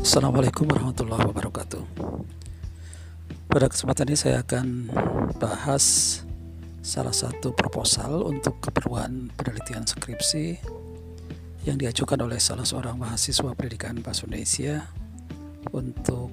Assalamualaikum warahmatullahi wabarakatuh. Pada kesempatan ini saya akan bahas salah satu proposal untuk keperluan penelitian skripsi yang diajukan oleh salah seorang mahasiswa pendidikan bahasa Indonesia untuk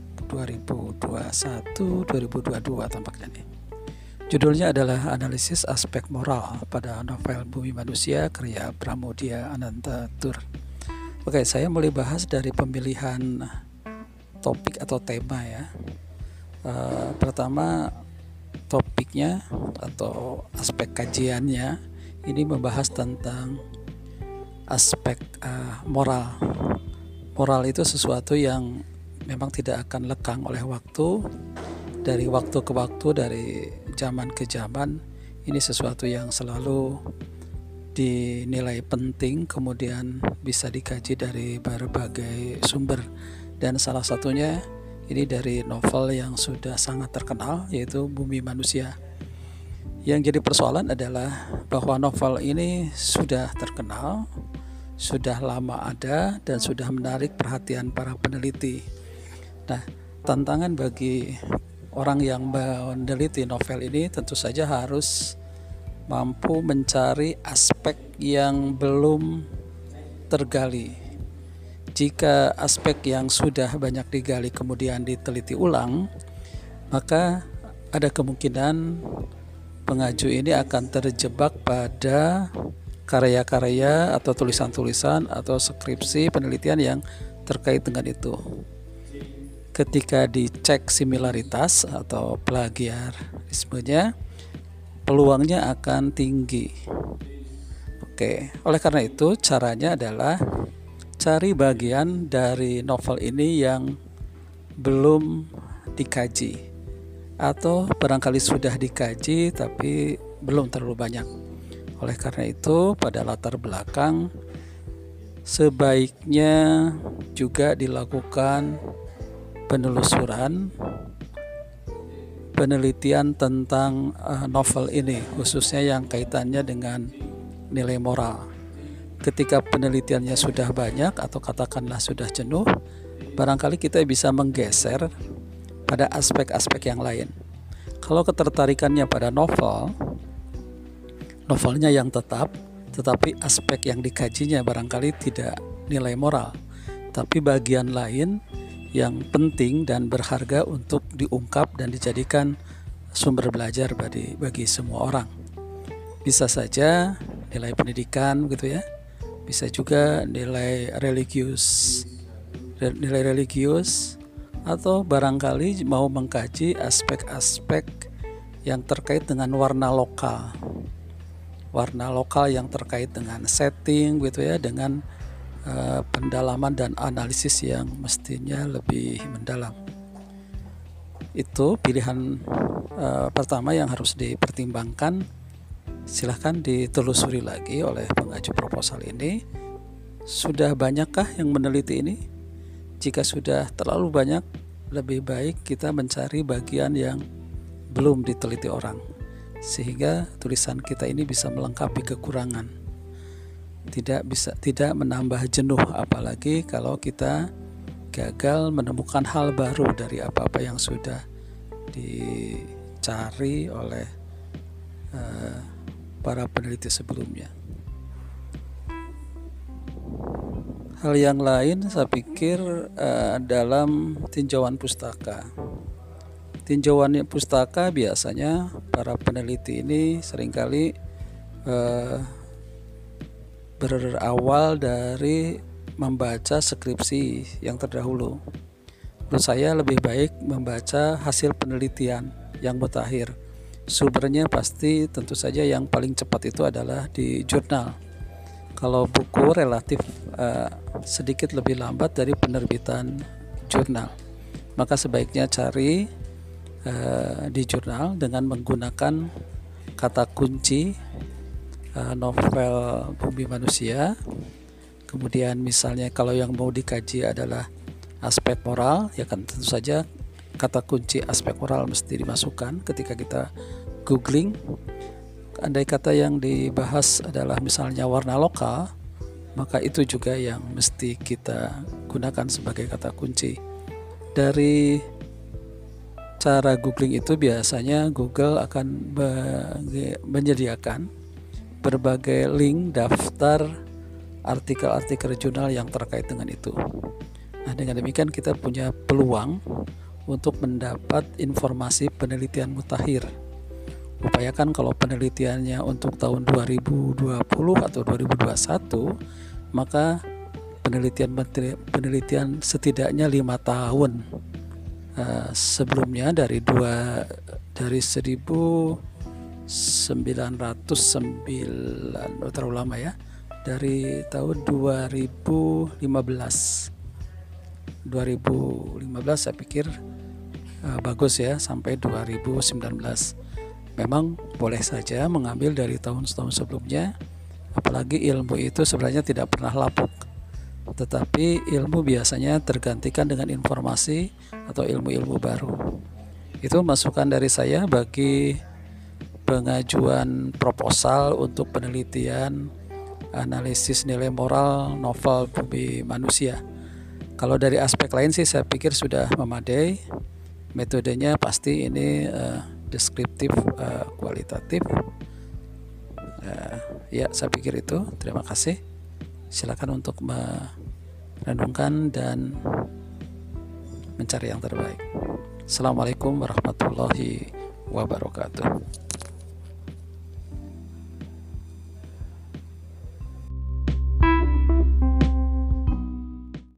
2021-2022 tampaknya nih. Judulnya adalah Analisis Aspek Moral pada Novel Bumi Manusia karya Pramoedya Anantatur. Oke, saya mulai bahas dari pemilihan topik atau tema ya. Pertama, topiknya atau aspek kajiannya ini membahas tentang aspek moral. Moral itu sesuatu yang memang tidak akan lekang oleh waktu, dari waktu ke waktu, dari zaman ke zaman. Ini sesuatu yang selalu dinilai penting, kemudian bisa dikaji dari berbagai sumber, dan salah satunya ini dari novel yang sudah sangat terkenal, yaitu Bumi Manusia. Yang jadi persoalan adalah bahwa novel ini sudah terkenal, sudah lama ada, dan sudah menarik perhatian para peneliti. Nah, tantangan bagi orang yang meneliti novel ini tentu saja harus mampu mencari aspek yang belum tergali. Jika aspek yang sudah banyak digali kemudian diteliti ulang, maka ada kemungkinan pengaju ini akan terjebak pada karya-karya atau tulisan-tulisan atau skripsi penelitian yang terkait dengan itu. Ketika dicek similaritas atau plagiarismenya, peluangnya akan tinggi. Oke, oleh karena itu caranya adalah cari bagian dari novel ini yang belum dikaji, atau barangkali sudah dikaji tapi belum terlalu banyak. Oleh karena itu, pada latar belakang sebaiknya juga dilakukan penelusuran, penelitian tentang novel ini, khususnya yang kaitannya dengan nilai moral. Ketika penelitiannya sudah banyak atau katakanlah sudah jenuh, barangkali kita bisa menggeser pada aspek-aspek yang lain. Kalau ketertarikannya pada novelnya yang tetap, tetapi aspek yang dikajinya barangkali tidak nilai moral, tapi bagian lain yang penting dan berharga untuk diungkap dan dijadikan sumber belajar bagi semua orang. Bisa saja nilai pendidikan gitu ya, bisa juga nilai religius, atau barangkali mau mengkaji aspek-aspek yang terkait dengan warna lokal yang terkait dengan setting gitu ya, dengan pendalaman dan analisis yang mestinya lebih mendalam. Itu pilihan pertama yang harus dipertimbangkan. Silahkan ditelusuri lagi oleh pengaju proposal ini. Sudah banyakkah yang meneliti ini? Jika sudah terlalu banyak, lebih baik kita mencari bagian yang belum diteliti orang, sehingga tulisan kita ini bisa melengkapi kekurangan. Tidak menambah jenuh, apalagi kalau kita gagal menemukan hal baru dari apa-apa yang sudah dicari oleh para peneliti sebelumnya. Hal yang lain saya pikir dalam tinjauan pustaka. Tinjauan pustaka biasanya para peneliti ini seringkali berawal dari membaca skripsi yang terdahulu. Menurut saya lebih baik membaca hasil penelitian yang mutakhir. Sumbernya pasti tentu saja yang paling cepat itu adalah di jurnal. Kalau buku relatif sedikit lebih lambat dari penerbitan jurnal, maka sebaiknya cari di jurnal dengan menggunakan kata kunci novel Bumi Manusia. Kemudian misalnya kalau yang mau dikaji adalah aspek moral, ya kan tentu saja kata kunci aspek moral mesti dimasukkan ketika kita googling. Andai kata yang dibahas adalah misalnya warna lokal, maka itu juga yang mesti kita gunakan sebagai kata kunci. Dari cara googling itu biasanya Google akan menyediakan berbagai link daftar artikel-artikel jurnal yang terkait dengan itu. Nah, dengan demikian kita punya peluang untuk mendapat informasi penelitian mutakhir. Upayakan kalau penelitiannya untuk tahun 2020 atau 2021, maka penelitian setidaknya 5 tahun sebelumnya dari 1909, terlalu lama ya, dari tahun 2015 saya pikir bagus ya, sampai 2019. Memang boleh saja mengambil dari tahun-tahun sebelumnya, apalagi ilmu itu sebenarnya tidak pernah lapuk, tetapi ilmu biasanya tergantikan dengan informasi atau ilmu-ilmu baru. Itu masukan dari saya bagi pengajuan proposal untuk penelitian analisis nilai moral novel Bumi Manusia. Kalau dari aspek lain sih saya pikir sudah memadai. Metodenya pasti ini deskriptif, kualitatif. Ya, saya pikir itu. Terima kasih. Silakan untuk merenungkan dan mencari yang terbaik. Assalamualaikum warahmatullahi wabarakatuh.